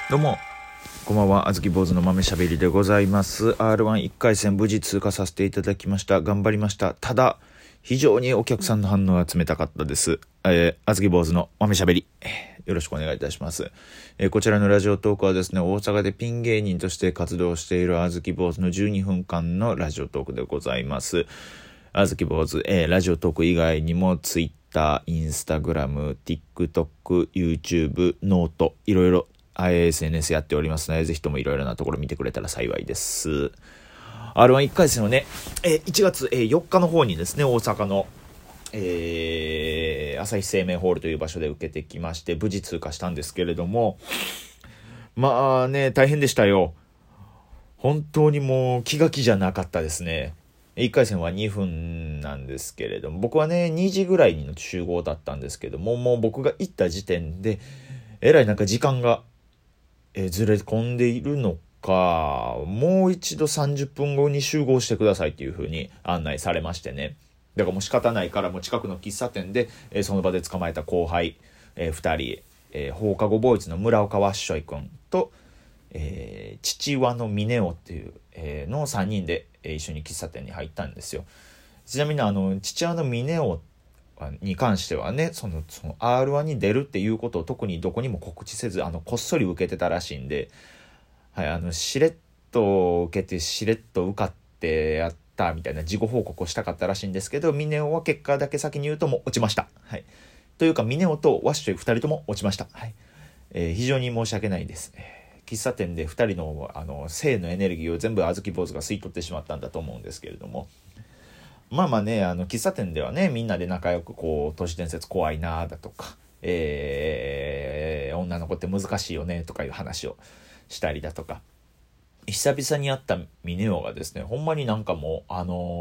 どうもこんばんは、あずき坊主の豆しゃべりでございます。 R11 回戦無事通過させていただきました。頑張りました。ただ非常にお客さんの反応が冷たかったです。あずき坊主の豆しゃべり、よろしくお願いいたします。こちらのラジオトークはですね、大阪でピン芸人として活動しているあずき坊主の12分間のラジオトークでございます。あずき坊主、ラジオトーク以外にもツイッター、インスタグラム、TikTok、YouTube、ノート、いろいろSNS やっておりますので、ぜひともいろいろなところ見てくれたら幸いです。R11 回戦をね、1月4日の方にですね、大阪の、朝日生命ホールという場所で受けてきまして、無事通過したんですけれども、まあね、大変でしたよ。本当にもう気が気じゃなかったですね。1回戦は2分なんですけれども、僕はね2時ぐらいの集合だったんですけども、もう僕が行った時点でえらいなんか時間がずれ込んでいるのか、もう一度30分後に集合してくださいっていう風に案内されましてね。だからもう仕方ないから、もう近くの喫茶店で、その場で捕まえた後輩、2人、放課後ボーイズの村岡わっしょい君と、父親の峰夫っていう、の3人で、一緒に喫茶店に入ったんですよ。ちなみに父親の峰夫に関してはね、その R1 に出るっていうことを特にどこにも告知せず、こっそり受けてたらしいんで、はい、しれっと受けてしれっと受かってやったみたいな事後報告をしたかったらしいんですけど、峰夫は結果だけ先に言うともう落ちました。はい。というか峰夫とワッショイ2人とも落ちました。はい。非常に申し訳ないです。喫茶店で2人の性のエネルギーを全部あずき坊主が吸い取ってしまったんだと思うんですけれども、まあね、喫茶店ではね、みんなで仲良くこう都市伝説怖いなだとか、女の子って難しいよねとかいう話をしたりだとか、久々に会った峰夫がですね、ほんまになんかもう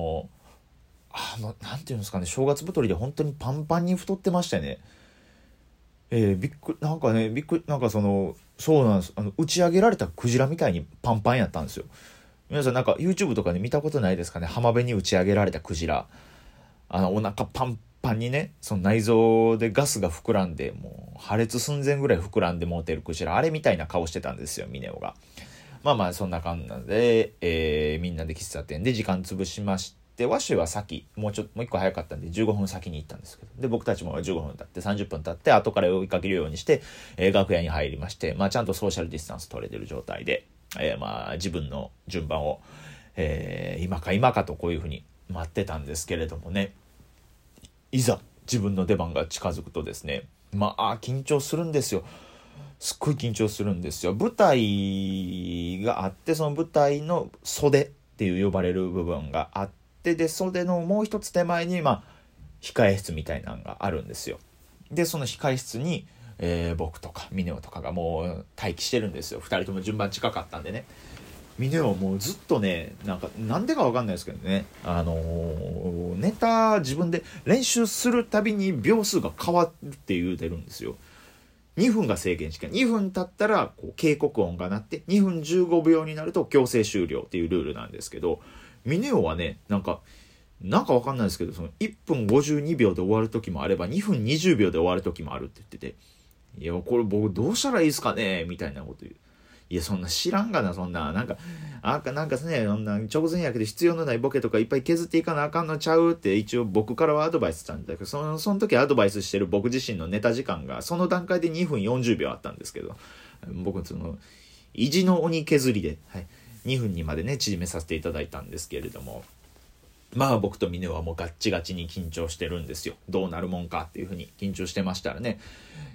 なんていうんですかね、正月太りで本当にパンパンに太ってましたね。びっくりなんかそうなんです。打ち上げられたクジラみたいにパンパンやったんですよ。皆さんなんか YouTube とかで見たことないですかね。浜辺に打ち上げられたクジラ、お腹パンパンにね、その内臓でガスが膨らんで、もう破裂寸前ぐらい膨らんでもうてるクジラ、あれみたいな顔してたんですよ、峰夫が。まあそんな感じなんで、みんなで喫茶店で時間潰しまして、ワッシュは先もう一個早かったんで15分先に行ったんですけど、で僕たちも15分経って30分経って後から追いかけるようにして、楽屋に入りまして、ちゃんとソーシャルディスタンス取れてる状態で、自分の順番を、今かとこういうふうに待ってたんですけれどもね、いざ自分の出番が近づくとですね、緊張するんですよ。すっごい緊張するんですよ。舞台があって、その舞台の袖っていう呼ばれる部分があって、で袖のもう一つ手前に控え室みたいなのがあるんですよ。でその控え室に、僕とか峰夫とかがもう待機してるんですよ。2人とも順番近かったんでね。峰夫もうずっとね、なんでか分かんないですけどね、ネタ自分で練習するたびに秒数が変わるって言うてるんですよ。2分が制限時間、2分経ったらこう警告音が鳴って2分15秒になると強制終了っていうルールなんですけど、峰夫はね、なんか分かんないですけど、その1分52秒で終わる時もあれば2分20秒で終わる時もあるって言ってて、いやこれ僕どうしたらいいですかねみたいなこと言う。いやそんな知らんがな、そんななんかね、そんな直前やけど必要のないボケとかいっぱい削っていかなあかんのちゃうって一応僕からはアドバイスしたんだけど、その時アドバイスしてる僕自身のネタ時間がその段階で2分40秒あったんですけど、僕その意地の鬼削りで、はい、2分にまでね縮めさせていただいたんですけれども、僕と峰はもうガッチガチに緊張してるんですよ。どうなるもんかっていう風に緊張してましたらね、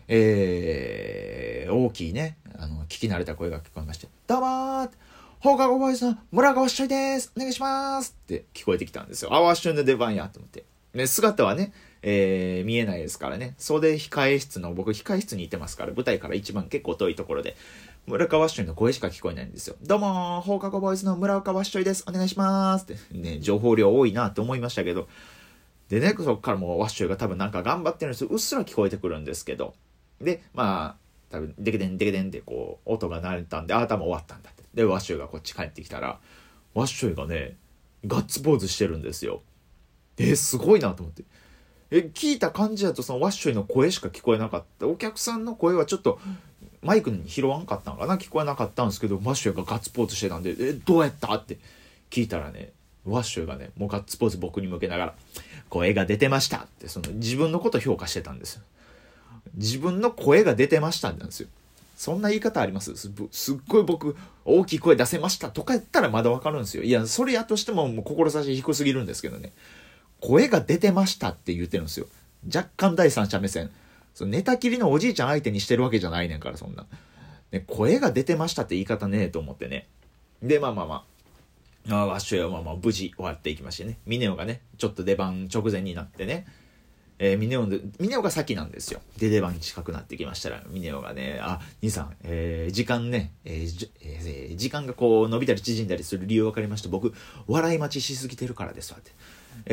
大きいね、聞き慣れた声が聞こえまして、どうもー、放課後ボーイズの村川わっしょいです、お願いしますって聞こえてきたんですよ。わっしょいの出番やと思って、ね、姿はね、見えないですからね。袖控え室の、僕控え室にいてますから、舞台から一番結構遠いところで村川わっしょいの声しか聞こえないんですよ。どうもー、放課後ボーイズの村岡わっしょいです、お願いしますってね、情報量多いなと思いましたけど、でね、そこからもうワッショイが多分なんか頑張ってるんですよ。うっすら聞こえてくるんですけど、で多分デケデンデケデンってこう音が鳴れたんで、多分終わったんだって。でワッショイがこっち帰ってきたら、ワッショイがねガッツポーズしてるんですよ。すごいなと思って、聞いた感じだとそのワッショイの声しか聞こえなかった。お客さんの声はちょっとマイクに拾わんかったんかな、聞こえなかったんですけど、ワッショイがガッツポーズしてたんで、どうやったって聞いたらね、ワッショイがね、もうガッツポーズ僕に向けながら、声が出てましたって、その自分のこと評価してたんですよ。自分の声が出てましたなんですよ。そんな言い方あります？すっごい僕大きい声出せましたとか言ったらまだわかるんですよ。いや、それやとしてももう志低すぎるんですけどね、声が出てましたって言ってるんですよ。若干第三者目線。その寝たきりのおじいちゃん相手にしてるわけじゃないねんから、そんな、ね、声が出てましたって言い方ねえと思ってね。でワッショイは無事終わっていきましてね、ミネオがねちょっと出番直前になってね、ミネオが先なんですよ。で出番近くなってきましたら、ミネオがね、兄さん、時間ね、時間がこう伸びたり縮んだりする理由分かりました。僕笑い待ちしすぎてるからですわって、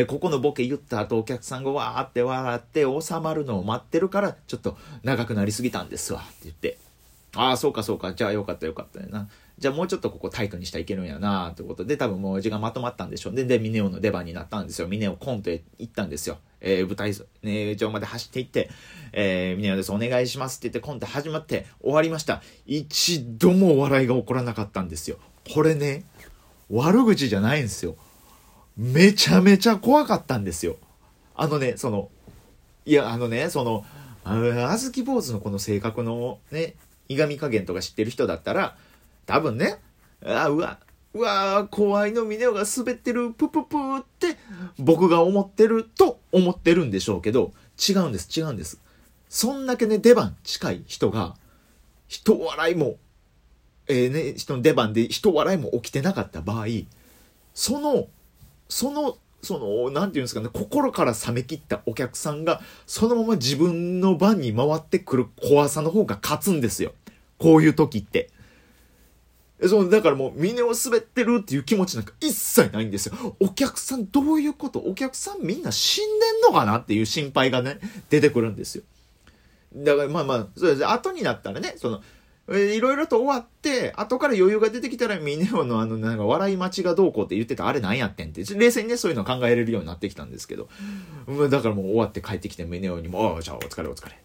ここのボケ言った後お客さんがわーって笑って収まるのを待ってるからちょっと長くなりすぎたんですわって言って、そうかじゃあよかったよな、じゃあもうちょっとここタイトにしたらいけるんやなということで、多分もう時間まとまったんでしょう。でミネオの出番になったんですよ。ミネオコントへ行ったんですよ。舞台上まで走っていって、ミネオですお願いしますって言ってコント始まって終わりました。一度も笑いが起こらなかったんですよ。これね、悪口じゃないんですよ。めちゃめちゃ怖かったんですよ。小豆坊主のこの性格のね、いがみ加減とか知ってる人だったら、多分ね、うわ怖いの、ミネオが滑ってる、プププーって僕が思ってるんでしょうけど、違うんです。そんだけね、出番近い人が、人笑いも、人の出番で人笑いも起きてなかった場合、その、なんていうんですかね、心から冷め切ったお客さんが、そのまま自分の番に回ってくる怖さの方が勝つんですよ。こういう時って。だからもう、ミネオ滑ってるっていう気持ちなんか一切ないんですよ。お客さんどういうこと？お客さんみんな死んでんのかなっていう心配がね、出てくるんですよ。だからそうです。後になったらね、いろいろと終わって、後から余裕が出てきたらミネオのなんか笑い待ちがどうこうって言ってたあれなんやってんって、冷静にね、そういうの考えれるようになってきたんですけど、だからもう終わって帰ってきてミネオにも、じゃあお疲れって言って。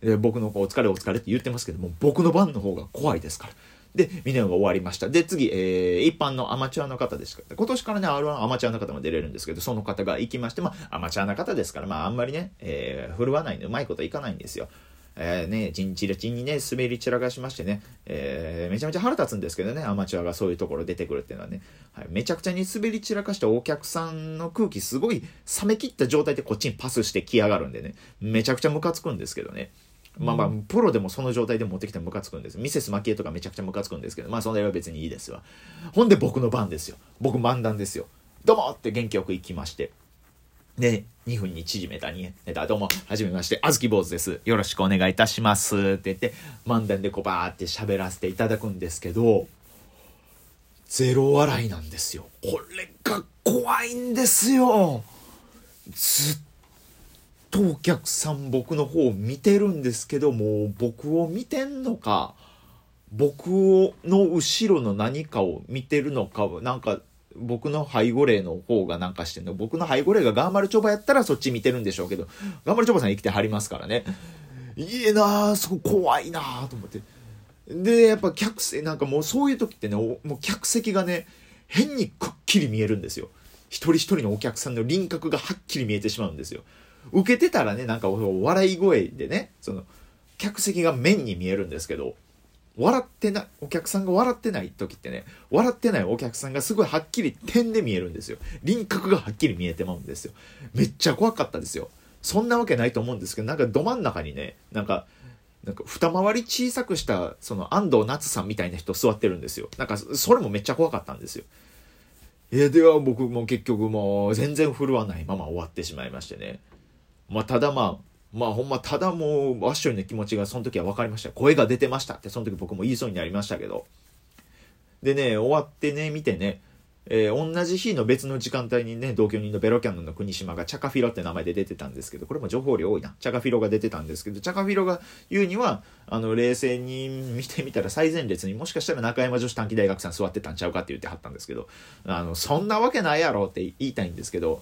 で、僕のお疲れって言ってますけども、僕の番の方が怖いですから。で、ミネオが終わりました。で、次、一般のアマチュアの方ですから、今年からね、R1 アマチュアの方も出れるんですけど、その方が行きまして、アマチュアな方ですから、あんまりね、振るわないんで、うまいこといかないんですよ。チンチラチンにね、滑り散らかしましてね、めちゃめちゃ腹立つんですけどね、アマチュアがそういうところ出てくるっていうのはね、めちゃくちゃに滑り散らかしたお客さんの空気すごい冷め切った状態でこっちにパスしてきやがるんでね、めちゃくちゃムカつくんですけどね。プロでもその状態で持ってきてムカつくんです。ミセスマキエとかめちゃくちゃムカつくんですけど、それは別にいいですわ。ほんで僕の番ですよ。僕漫談ですよ。どうもって元気よく行きまして。で、2分に縮めたネタ、どうも、はじめまして、あずき坊主です。よろしくお願いいたします。って言って、漫談でバーって喋らせていただくんですけど、ゼロ笑いなんですよ。これが怖いんですよ。ずっとお客さん僕の方を見てるんですけど、もう僕を見てんのか、僕の後ろの何かを見てるのか、なんか、僕の背後霊の方がなんかしてんの。僕の背後霊がガーマルチョバやったらそっち見てるんでしょうけど、ガーマルチョバさん生きてはりますからね。いいなぁ、そこ怖いなぁと思って。で、やっぱなんかもうそういう時ってね、もう客席がね、変にくっきり見えるんですよ。一人一人のお客さんの輪郭がはっきり見えてしまうんですよ。受けてたらね、なんか笑い声でね、客席が面に見えるんですけど、お客さんが笑ってない時ってね、笑ってないお客さんがすごいはっきり点で見えるんですよ。輪郭がはっきり見えてまうんですよ。めっちゃ怖かったですよ。そんなわけないと思うんですけど、なんかど真ん中にね、なんか二回り小さくした安藤夏さんみたいな人座ってるんですよ。なんかそれもめっちゃ怖かったんですよ。では僕も結局もう全然振るわないまま終わってしまいましてね。ただほんまただもうワッショイの気持ちがその時は分かりました。声が出てましたってその時僕も言いそうになりましたけど。でね、終わってね、見てね、同じ日の別の時間帯にね、同居人のベロキャノンの国島がチャカフィロって名前で出てたんですけど、これも情報量多いな。チャカフィロが出てたんですけど、チャカフィロが言うには、冷静に見てみたら最前列にもしかしたら中山女子短期大学さん座ってたんちゃうかって言ってはったんですけど、そんなわけないやろって言いたいんですけど、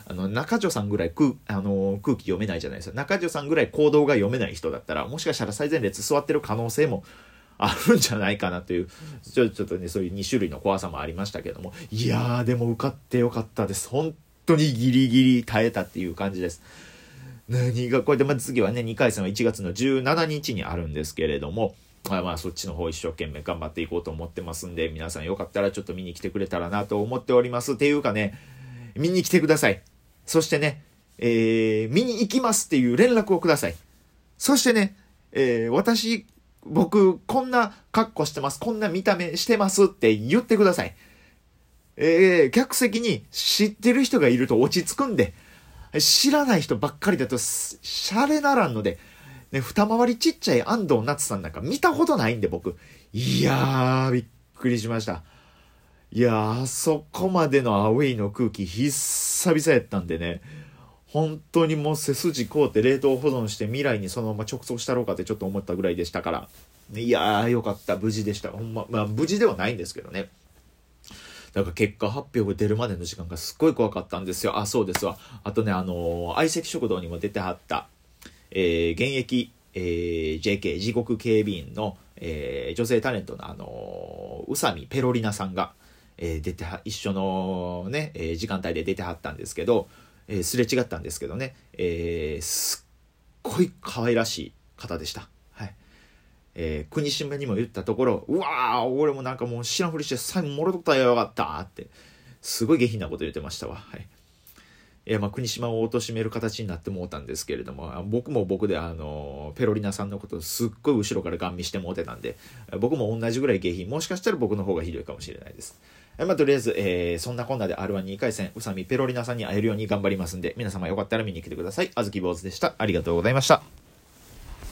中条さんぐらい空気読めないじゃないですか。中条さんぐらい行動が読めない人だったら、もしかしたら最前列座ってる可能性もあるんじゃないかなという、ちょっとね、そういう2種類の怖さもありましたけども、いやー、でも受かってよかったです。本当にギリギリ耐えたっていう感じです。何がこれで、次はね、2回戦は1月の17日にあるんですけれども、そっちの方一生懸命頑張っていこうと思ってますんで、皆さんよかったらちょっと見に来てくれたらなと思っております。っていうかね、見に来てください。そしてね、見に行きますっていう連絡をください。そしてね、僕、こんな格好してます、こんな見た目してますって言ってください。客席に知ってる人がいると落ち着くんで、知らない人ばっかりだとシャレならんので、ね、二回りちっちゃい安藤夏さんなんか見たことないんで僕、いやーびっくりしました。いやー、あそこまでのアウェイの空気久々やったんでね、本当にもう背筋こうって冷凍保存して未来にそのまま直送したろうかってちょっと思ったぐらいでしたから、いやーよかった、無事でした。ほんま、無事ではないんですけどね。だから結果発表が出るまでの時間がすっごい怖かったんですよ。そうですわ。あとね、相席食堂にも出てはった、現役、JK 地獄警備員の、女性タレントの宇佐美ペロリナさんが、一緒のね、時間帯で出てはったんですけど、すれ違ったんですけどね、すっごい可愛らしい方でした。はい。国島にも言ったところ、うわー、俺もなんかもう知らんふりして最後もろとったらよかったってすごい下品なこと言ってましたわ。はい。国島を貶める形になってもうたんですけれども、僕も僕でペロリナさんのことをすっごい後ろからガン見してもうてたんで、僕も同じぐらい下品、もしかしたら僕の方がひどいかもしれないです。とりあえず、そんなこんなで R12 回戦宇佐美ペロリナさんに会えるように頑張りますんで、皆様よかったら見に来てください。あずき坊主でした。ありがとうございました。